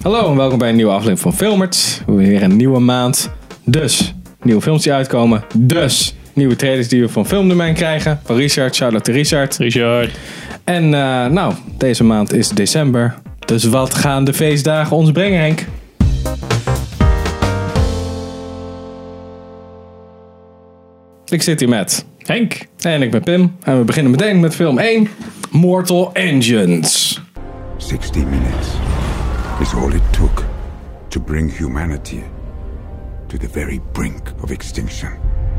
Hallo en welkom bij een nieuwe aflevering van Filmert. Weer een nieuwe maand. Dus nieuwe films die uitkomen. Dus nieuwe trailers die we van Filmdomein krijgen. Van Richard. Shout-out to Richard. En deze maand is december. Dus wat gaan de feestdagen ons brengen, Henk? Ik zit hier met Henk. En ik ben Pim. En we beginnen meteen met film 1. Mortal Engines. 60 minutes is all it took to bring humanity to the very brink of extinction.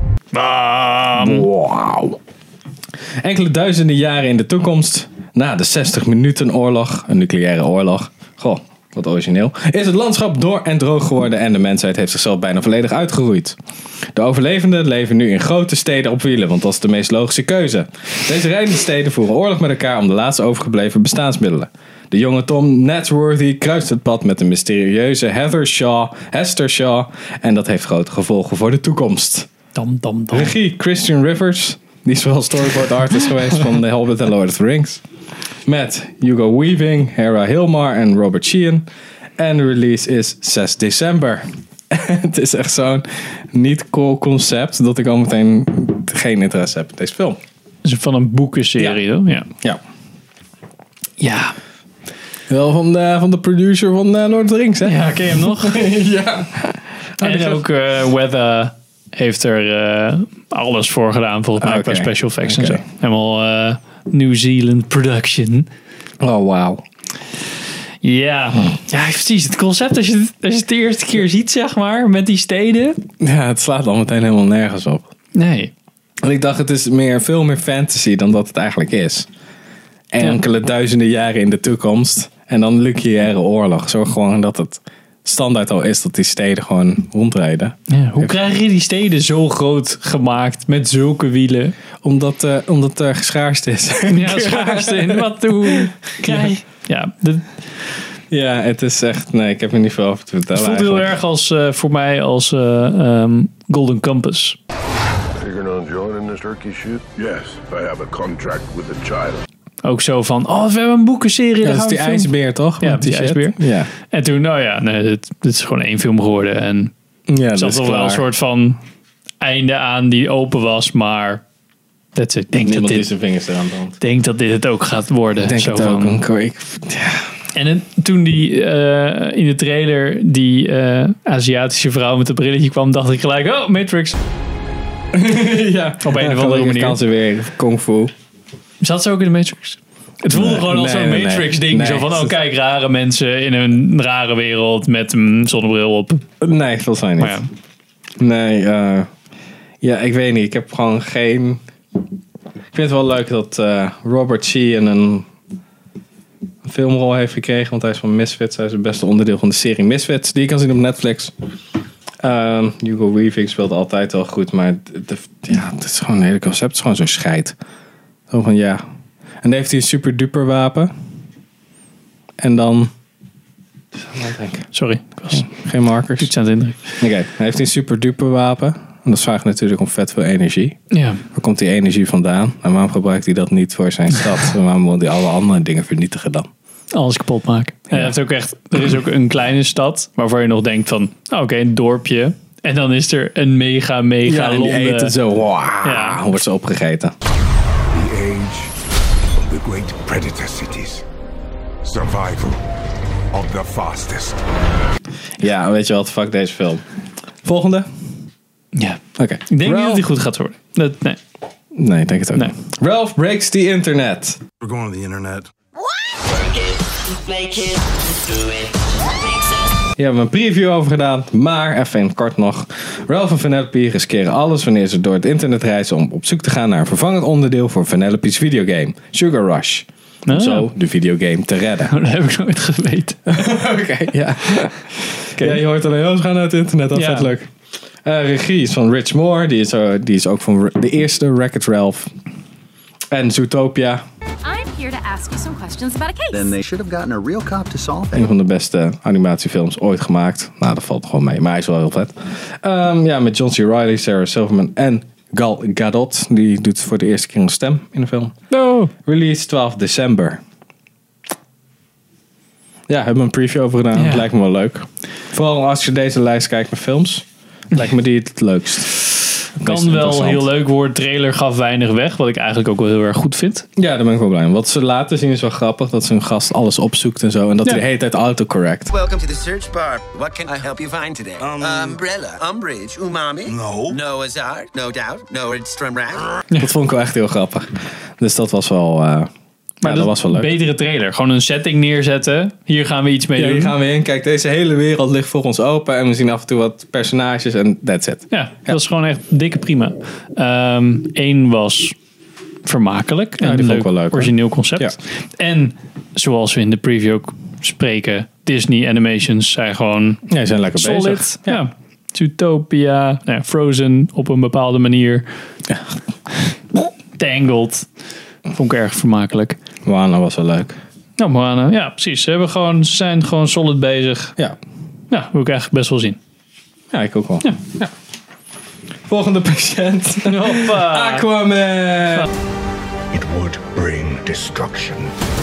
Wauw. Enkele duizenden jaren in de toekomst, na de 60 minuten oorlog, een nucleaire oorlog, goh, wat origineel, is het landschap door en droog geworden en de mensheid heeft zichzelf bijna volledig uitgeroeid. De overlevenden leven nu in grote steden op wielen, want dat is de meest logische keuze. Deze rijdende steden voeren oorlog met elkaar om de laatste overgebleven bestaansmiddelen. De jonge Tom Nadsworthy kruist het pad met de mysterieuze Hester Shaw en dat heeft grote gevolgen voor de toekomst. Regie Christian Rivers, die is wel storyboard artist geweest van The Hobbit en Lord of the Rings. Met Hugo Weaving, Hera Hilmar en Robert Sheehan. En de release is 6 december. Het is echt zo'n niet cool concept dat ik al meteen geen interesse heb in deze film. Is van een boekenserie, ja. Toch? Ja. Ja. Wel van de producer van Lord of the Rings, hè? Ja, ken je hem nog? Ja. En ook Weather heeft er alles voor gedaan, volgens mij, qua special effects en zo. Helemaal New Zealand production. Oh, wauw. Ja, precies. Het concept, als je het de eerste keer ziet, zeg maar, met die steden. Ja, het slaat al meteen helemaal nergens op. Nee. En ik dacht, het is veel meer fantasy dan dat het eigenlijk is. Enkele duizenden jaren in de toekomst. En dan nucleaire oorlog. Zorg gewoon dat het standaard al is dat die steden gewoon rondrijden. Ja, hoe krijg je die steden zo groot gemaakt met zulke wielen? Omdat er geschaarst is. Ja, schaarste. En wat toe krijg Ja, het is echt... Nee, ik heb er niet veel over te vertellen. Het voelt heel erg als, voor mij als Golden Compass. Figuring on joining this turkey shoot? Yes, I have a contract with the child. Ook zo van, we hebben een boekenserie. Ja, dat is die ijsbeer, toch? Ja, die ijsbeer. Ja. En toen, dit is gewoon 1 film geworden. En er zat toch wel een soort van einde aan die open was, maar ik denk die zijn vingers eraan brand. Denk dat dit het ook gaat worden. Ik denk zo het ook. En toen die in de trailer die Aziatische vrouw met een brilletje kwam, dacht ik gelijk, oh, Matrix. Ja. Op een of andere manier. Kan ze weer kung fu. Zat ze ook in de Matrix? Het voelde gewoon als zo'n Matrix-ding. Nee, zo van, kijk, rare mensen in een rare wereld met een zonnebril op. Nee, volgens mij niet. Nee, ik weet niet. Ik heb gewoon geen... Ik vind het wel leuk dat Robert Sheehan een filmrol heeft gekregen. Want hij is van Misfits. Hij is het beste onderdeel van de serie Misfits. Die je kan zien op Netflix. Hugo Weaving speelt altijd wel goed. Maar het is gewoon een hele concept. Het is gewoon zo'n scheid. Zo van En dan heeft hij een super duper wapen. En dan... Sorry, ik was geen markers. iets aan het indrukken. Oké, hij heeft een super duper wapen. En dat vraagt natuurlijk om vet veel energie. Ja. Waar komt die energie vandaan? En waarom gebruikt hij dat niet voor zijn stad? En waarom wil hij alle andere dingen vernietigen dan? Alles kapot maken. Ja. Er is ook een kleine stad waarvan je nog denkt van, een dorpje. En dan is er een mega en Londen. die eten zo, wordt ze opgegeten. The age of the great predator cities. Survival of the fastest. Ja, weet je wat? Fuck deze film. Volgende? Ja. Oké. Ik denk niet dat die goed gaat worden. Nee. Nee, ik denk het ook niet. Ralph Breaks the Internet. We're going to the internet. Hier hebben we een preview over gedaan, maar even kort nog. Ralph en Vanellope riskeren alles wanneer ze door het internet reizen om op zoek te gaan naar een vervangend onderdeel voor Vanellope's videogame, Sugar Rush. Om zo de videogame te redden. Dat heb ik nooit geweten. Oké. Ja, je hoort alleen, ze gaan naar het internet, dat is vet leuk. Regie is van Rich Moore, die is ook van de eerste Wreck-It Ralph. En Zootopia. I'm here to ask you some questions about a case. Then they should have gotten a real cop to solve it. Een van de beste animatiefilms ooit gemaakt. Nou, dat valt gewoon mee, maar hij is wel heel vet. Met John C. Reilly, Sarah Silverman en Gal Gadot. Die doet voor de eerste keer een stem in de film. No. Release 12 december. Ja, hebben we een preview over gedaan. Ja. Het lijkt me wel leuk. Vooral als je deze lijst kijkt met films. Lijkt me die het leukst. Kan wel heel leuk worden. Trailer gaf weinig weg. Wat ik eigenlijk ook wel heel erg goed vind. Ja, daar ben ik wel blij mee. Wat ze laten zien is wel grappig. Dat zijn gast alles opzoekt en zo. En dat hij de hele tijd autocorrect. Welcome to the search bar. What can I help you find today? Umbrella, Umbridge, Umami? No. Noah's Ark, no doubt. Nordstrom Rack. Dat vond ik wel echt heel grappig. Dus dat was wel... Maar dat was wel leuk. Betere trailer. Gewoon een setting neerzetten. Hier gaan we iets mee doen. Hier gaan we in. Kijk, deze hele wereld ligt voor ons open. En we zien af en toe wat personages en that's it. Ja, dat is gewoon echt dikke prima. 1 was vermakelijk. Ja, en die vond ik wel leuk, origineel concept. Ja. En zoals we in de preview ook spreken. Disney animations zijn gewoon Ja, die zijn lekker solid. bezig. Ja. Zootopia. Nou ja, Frozen op een bepaalde manier. Ja. Tangled. Vond ik erg vermakelijk. Moana was wel leuk. Nou, Moana, ja, precies. Ze zijn gewoon solid bezig. Ja. Ja, wil ik eigenlijk best wel zien. Ja, ik ook wel. Ja. Volgende patiënt. Hoppa. Aquaman. It would bring destruction.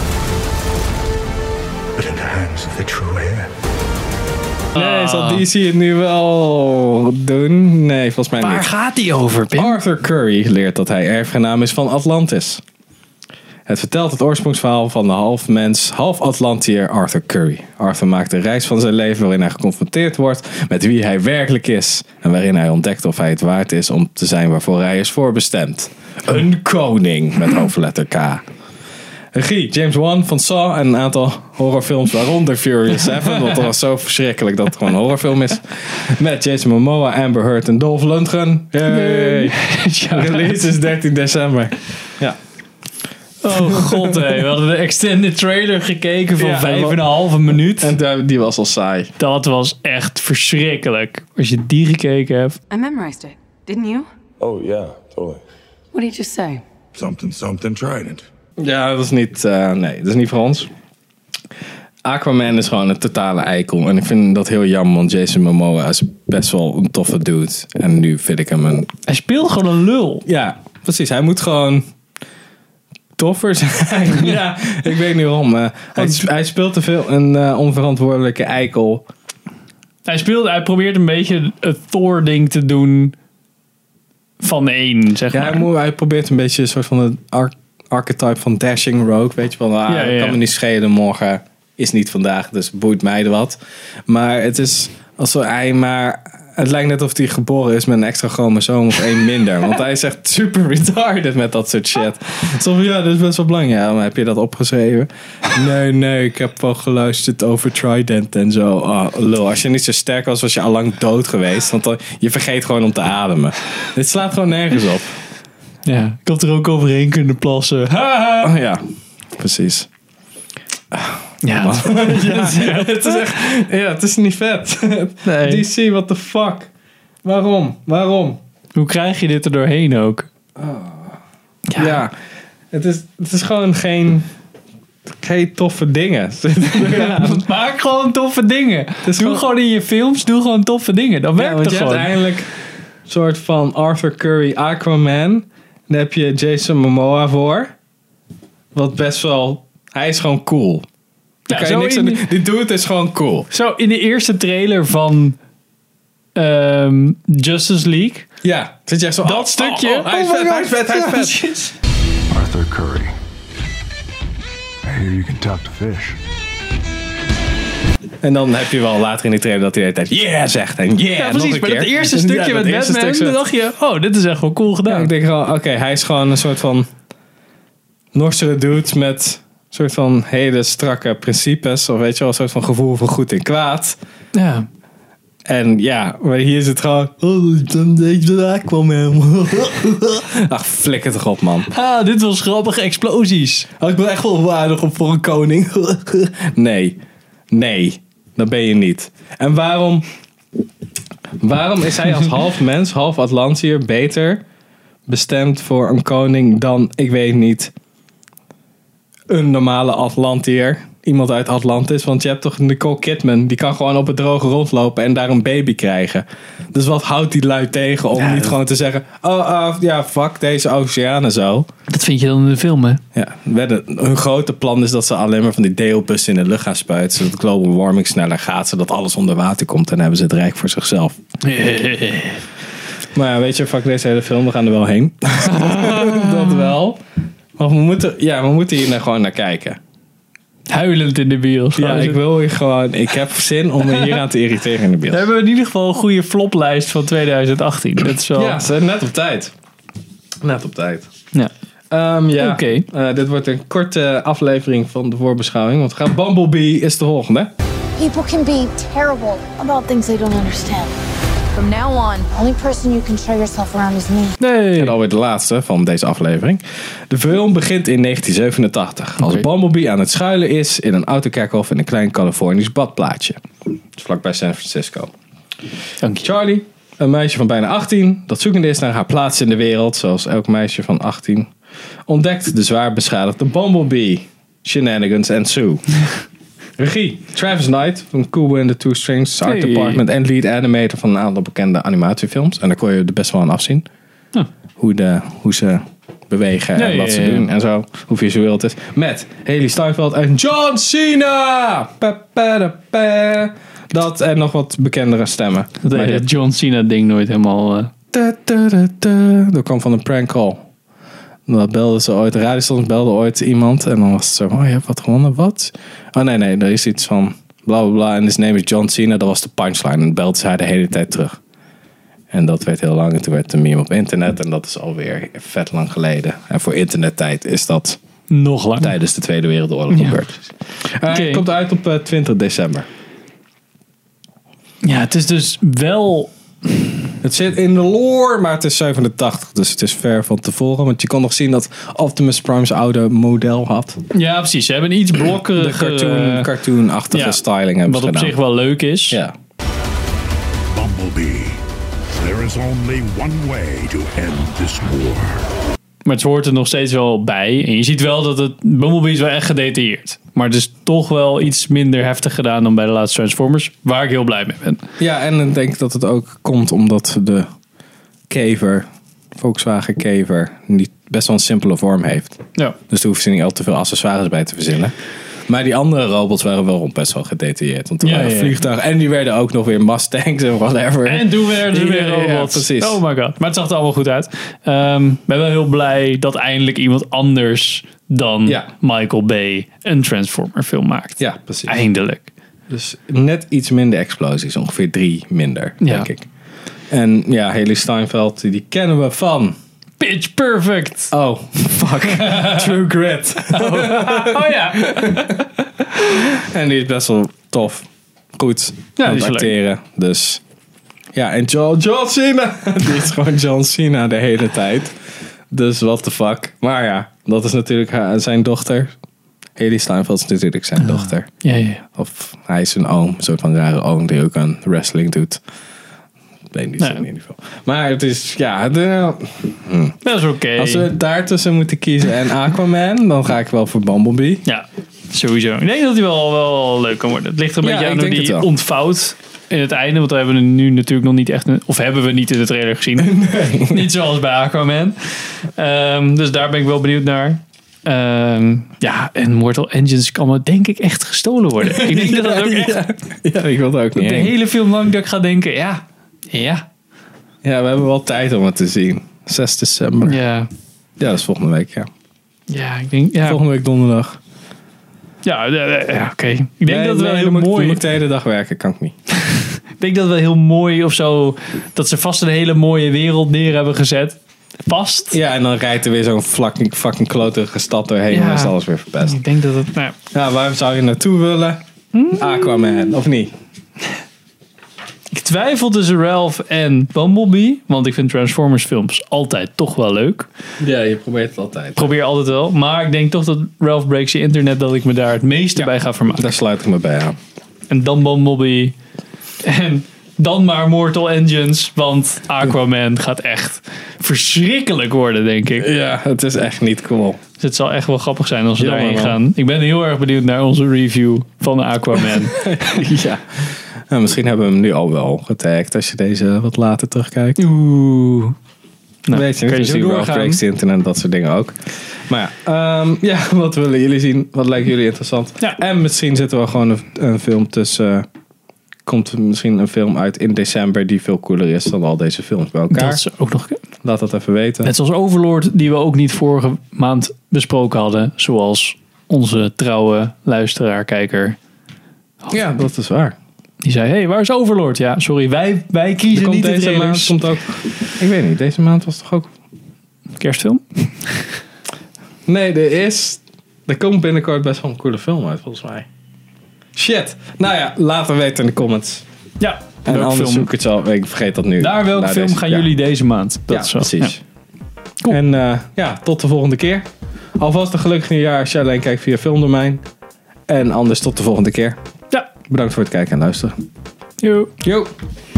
But in the hands of the true heir. Nee, zal DC het nu wel doen? Nee, volgens mij Waar niet. gaat die over, Pim? Arthur Curry leert dat hij erfgenaam is van Atlantis. Het vertelt het oorsprongsverhaal van de half mens, half Atlantiër Arthur Curry. Arthur maakt een reis van zijn leven waarin hij geconfronteerd wordt met wie hij werkelijk is. En waarin hij ontdekt of hij het waard is om te zijn waarvoor hij is voorbestemd. Een koning met hoofdletter K. Regie James Wan van Saw en een aantal horrorfilms, waaronder Furious 7. Want dat was zo verschrikkelijk dat het gewoon een horrorfilm is. Met Jason Momoa, Amber Heard en Dolph Lundgren. Yay! Release is 13 december. Ja. Oh god, hé. We hadden de extended trailer gekeken van 5,5 minuut. En die was al saai. Dat was echt verschrikkelijk. Als je die gekeken hebt. I memorized it, didn't you? Oh, yeah, totally. What did you just say? Something trident. Ja, dat is niet, nee, dat is niet voor ons. Aquaman is gewoon een totale eikel. En ik vind dat heel jammer, want Jason Momoa is best wel een toffe dude. En nu vind ik hem een... Hij speelt gewoon een lul. Ja, precies. Hij moet gewoon toffer zijn. Ja, ik weet niet waarom. Hij speelt te veel een onverantwoordelijke eikel. Hij probeert een beetje het Thor-ding te doen van 1, zeg maar. Ja, hij probeert een beetje een soort van het archetype van Dashing Rogue. Weet je wel, kan me niet schelen, morgen is niet vandaag, dus boeit mij er wat. Maar het is alsof het lijkt net of hij geboren is met een extra chromosoom of 1 minder. Want hij is echt super retarded met dat soort shit. Zo ja, dat is best wel belangrijk. Ja, maar heb je dat opgeschreven? Nee, ik heb wel geluisterd over Trident en zo. Oh, lul, als je niet zo sterk was je al lang dood geweest. Want je vergeet gewoon om te ademen. Dit slaat gewoon nergens op. Ja, ik had er ook overheen kunnen plassen. Oh, ja, precies. Ja, Het is echt... Ja, het is niet vet. Nee. DC, what the fuck? Waarom? Hoe krijg je dit er doorheen ook? Ja, het is gewoon geen toffe dingen. Ja, maak gewoon toffe dingen. Doe gewoon- gewoon in je films, doe gewoon toffe dingen. Dan werkt want het je gewoon. hebt eigenlijk een soort van Arthur Curry Aquaman. Daar heb je Jason Momoa voor. Wat best wel... Hij is gewoon cool. Daar kan je zo niks aan doen. Die dude is gewoon cool. Zo in de eerste trailer van Justice League. Ja, zit jij zo... Dat stukje. Hij is vet. Arthur Curry. I hear you can talk to fish. En dan heb je wel later in die trailer dat hij de hele tijd yeah zegt. En yeah, Ja, nog precies. een Maar keer. dat eerste stukje Ja, met dat eerste Batman, stuk dan dacht je, oh, dit is echt wel cool gedaan. Ja, ik denk gewoon, oké, hij is gewoon een soort van norsere dude met een soort van hele strakke principes. Of weet je wel, een soort van gevoel voor goed en kwaad. Ja. En ja, maar hier is het gewoon... Oh, dan deed je daar kwam hem. Ach, flikker toch op, man. Ah, dit was grappige explosies. Oh, ik ben echt wel waardig op voor een koning. Nee, dat ben je niet. En waarom is hij als half mens, half Atlantiër beter bestemd voor een koning dan, ik weet niet, een normale Atlantiër? iemand uit Atlantis. Want je hebt toch Nicole Kidman. Die kan gewoon op het droge rondlopen en daar een baby krijgen. Dus wat houdt die lui tegen om niet gewoon te zeggen... fuck deze oceanen zo. Dat vind je dan in de film, hè? Ja, hun grote plan is dat ze alleen maar van die deelbussen in de lucht gaan spuiten. Zodat global warming sneller gaat. Zodat alles onder water komt. En dan hebben ze het rijk voor zichzelf. Maar ja, weet je, fuck deze hele film. We gaan er wel heen. Dat wel. Maar we moeten hier nou gewoon naar kijken. Huilend in de bios. Ja, ik heb zin om me hier aan te irriteren in de bios. We hebben in ieder geval een goede floplijst van 2018. Dat is wel... Ja, ze zijn net op tijd. Net op tijd. Ja. Oké. Dit wordt een korte aflevering van de voorbeschouwing. Want we gaan Bumblebee is de volgende. People can be terrible about things they don't understand. From now on, the only person you can show yourself around is me. Nee. En alweer de laatste van deze aflevering. De film begint in 1987. Als Bumblebee aan het schuilen is in een autokerkhof in een klein Californisch badplaatsje. Dus vlakbij San Francisco. Dank je. Charlie, een meisje van bijna 18, dat zoekende is naar haar plaats in de wereld, zoals elk meisje van 18, ontdekt de zwaar beschadigde Bumblebee. Shenanigans ensue. Regie, Travis Knight van Kubo and the Two Strings, Art Department en lead animator van een aantal bekende animatiefilms. En daar kon je er best wel aan afzien. Hoe ze bewegen en wat ze doen en zo. Hoe visueel het is. Met Haley Steinfeld en John Cena! Dat en nog wat bekendere stemmen. Dat John Cena ding nooit helemaal... Dat kwam van een prank call. Dat belden ze ooit. De radiostation belde ooit iemand. En dan was het zo, je hebt wat gewonnen, wat? Oh nee, er is iets van bla bla bla. En his name is John Cena. Dat was de punchline. En dan belde ze haar de hele tijd terug. En dat werd heel lang. En toen werd de meme op internet. En dat is alweer vet lang geleden. En voor internettijd is dat nog lang. Tijdens de Tweede Wereldoorlog gebeurd. Het komt uit op 20 december. Ja, het is dus wel... Het zit in de lore, maar het is 87. Dus het is ver van tevoren. Want je kon nog zien dat Optimus Prime's oude model had. Ja, precies. Ze hebben een iets blokkeriger... De cartoon-achtige styling hebben wat ze gedaan. Wat op zich wel leuk is. Ja. Bumblebee. There is only one way to end this war. Maar het hoort er nog steeds wel bij. En je ziet wel dat het Bumblebee is wel echt gedetailleerd. Maar het is toch wel iets minder heftig gedaan dan bij de laatste Transformers. Waar ik heel blij mee ben. Ja, en ik denk dat het ook komt omdat de kever, Volkswagen kever, niet best wel een simpele vorm heeft. Ja. Dus daar hoeven ze niet al te veel accessoires bij te verzinnen. Maar die andere robots waren wel best wel gedetailleerd. Want er waren vliegtuigen en die werden ook nog weer Mustangs en whatever. En toen werden ze weer robots. Ja, precies. Oh my god. Maar het zag er allemaal goed uit. Ben wel heel blij dat eindelijk iemand anders dan Michael Bay een Transformer film maakt. Ja, precies. Eindelijk. Dus net iets minder explosies. Ongeveer 3 minder, denk ik. En ja, Haley Steinfeld, die kennen we van... Pitch Perfect. Oh, fuck. True Grit. Oh ja. En die is best wel tof. Goed aan het acteren. Leuk. Dus ja, en John Cena. Die is gewoon John Cena de hele tijd. Dus what the fuck. Maar ja, dat is natuurlijk zijn dochter. Haley Steinfeld is natuurlijk zijn dochter. Ja. Of hij is een oom. Een soort van rare oom die ook aan wrestling doet. Nee, niet zo in ieder geval. Maar het is, dat is oké. Als we daartussen moeten kiezen en Aquaman, dan ga ik wel voor Bumblebee. Ja, sowieso. Ik denk dat hij wel leuk kan worden. Het ligt er een beetje aan hoe die ontvouwt in het einde. Want we hebben er nu natuurlijk nog niet echt... Of hebben we niet in de trailer gezien. Nee. Niet zoals bij Aquaman. Dus daar ben ik wel benieuwd naar. En Mortal Engines kan me denk ik echt gestolen worden. Ik denk dat ook echt... Ja, ik wil het ook niet. De hele film lang dat ik ga denken, Ja, we hebben wel tijd om het te zien. 6 december. Ja, dat is volgende week, Ja, ik denk... Ja. Volgende week donderdag. Ja, oké. Ik denk dat het wel heel mooi... Moet ik de hele dag werken, kan ik niet. Ik denk dat het wel heel mooi of zo... Dat ze vast een hele mooie wereld neer hebben gezet. Vast. Ja, en dan rijdt er weer zo'n fucking kloterige stad doorheen. En dan is alles weer verpest. Ik denk dat het... Ja, waar zou je naartoe willen? Aquaman, of niet? Ik twijfel tussen Ralph en Bumblebee. Want ik vind Transformers films altijd toch wel leuk. Ja, je probeert het altijd. Probeer altijd wel. Maar ik denk toch dat Ralph Breaks the Internet... dat ik me daar het meeste bij ga vermaken. Daar sluit ik me bij aan. En dan Bumblebee. En dan maar Mortal Engines. Want Aquaman gaat echt verschrikkelijk worden, denk ik. Ja, het is echt niet cool. Dus het zal echt wel grappig zijn als we daarheen gaan. Ik ben heel erg benieuwd naar onze review van Aquaman. Ja. Nou, misschien hebben we hem nu al wel getagd als je deze wat later terugkijkt. Oeh. Nou, weet je, kan je zo doorgaan. Breaks the internet en dat soort dingen ook. Maar ja, wat willen jullie zien? Wat lijkt jullie interessant? Ja. En misschien zitten we gewoon een film tussen... Komt misschien een film uit in december die veel cooler is dan al deze films bij elkaar. Dat is ook nog... Laat dat even weten. Net zoals Overlord, die we ook niet vorige maand besproken hadden. Zoals onze trouwe luisteraar, kijker. Ja, dat is waar. Die zei, hey, waar is Overlord? Ja, sorry, wij kiezen niet deze maand. Komt ook... Ik weet niet, deze maand was toch ook... Kerstfilm? Nee, er komt binnenkort best wel een coole film uit, volgens mij. Shit. Nou ja, laat het weten in de comments. Ja. En anders film? Zoek ik het zo. Ik vergeet dat nu. Naar welke film gaan jullie deze maand? Dat is precies. Ja. Cool. En tot de volgende keer. Alvast een gelukkig nieuwjaar als je alleen kijkt via Filmdomein. En anders tot de volgende keer. Ja. Bedankt voor het kijken en luisteren. Yo.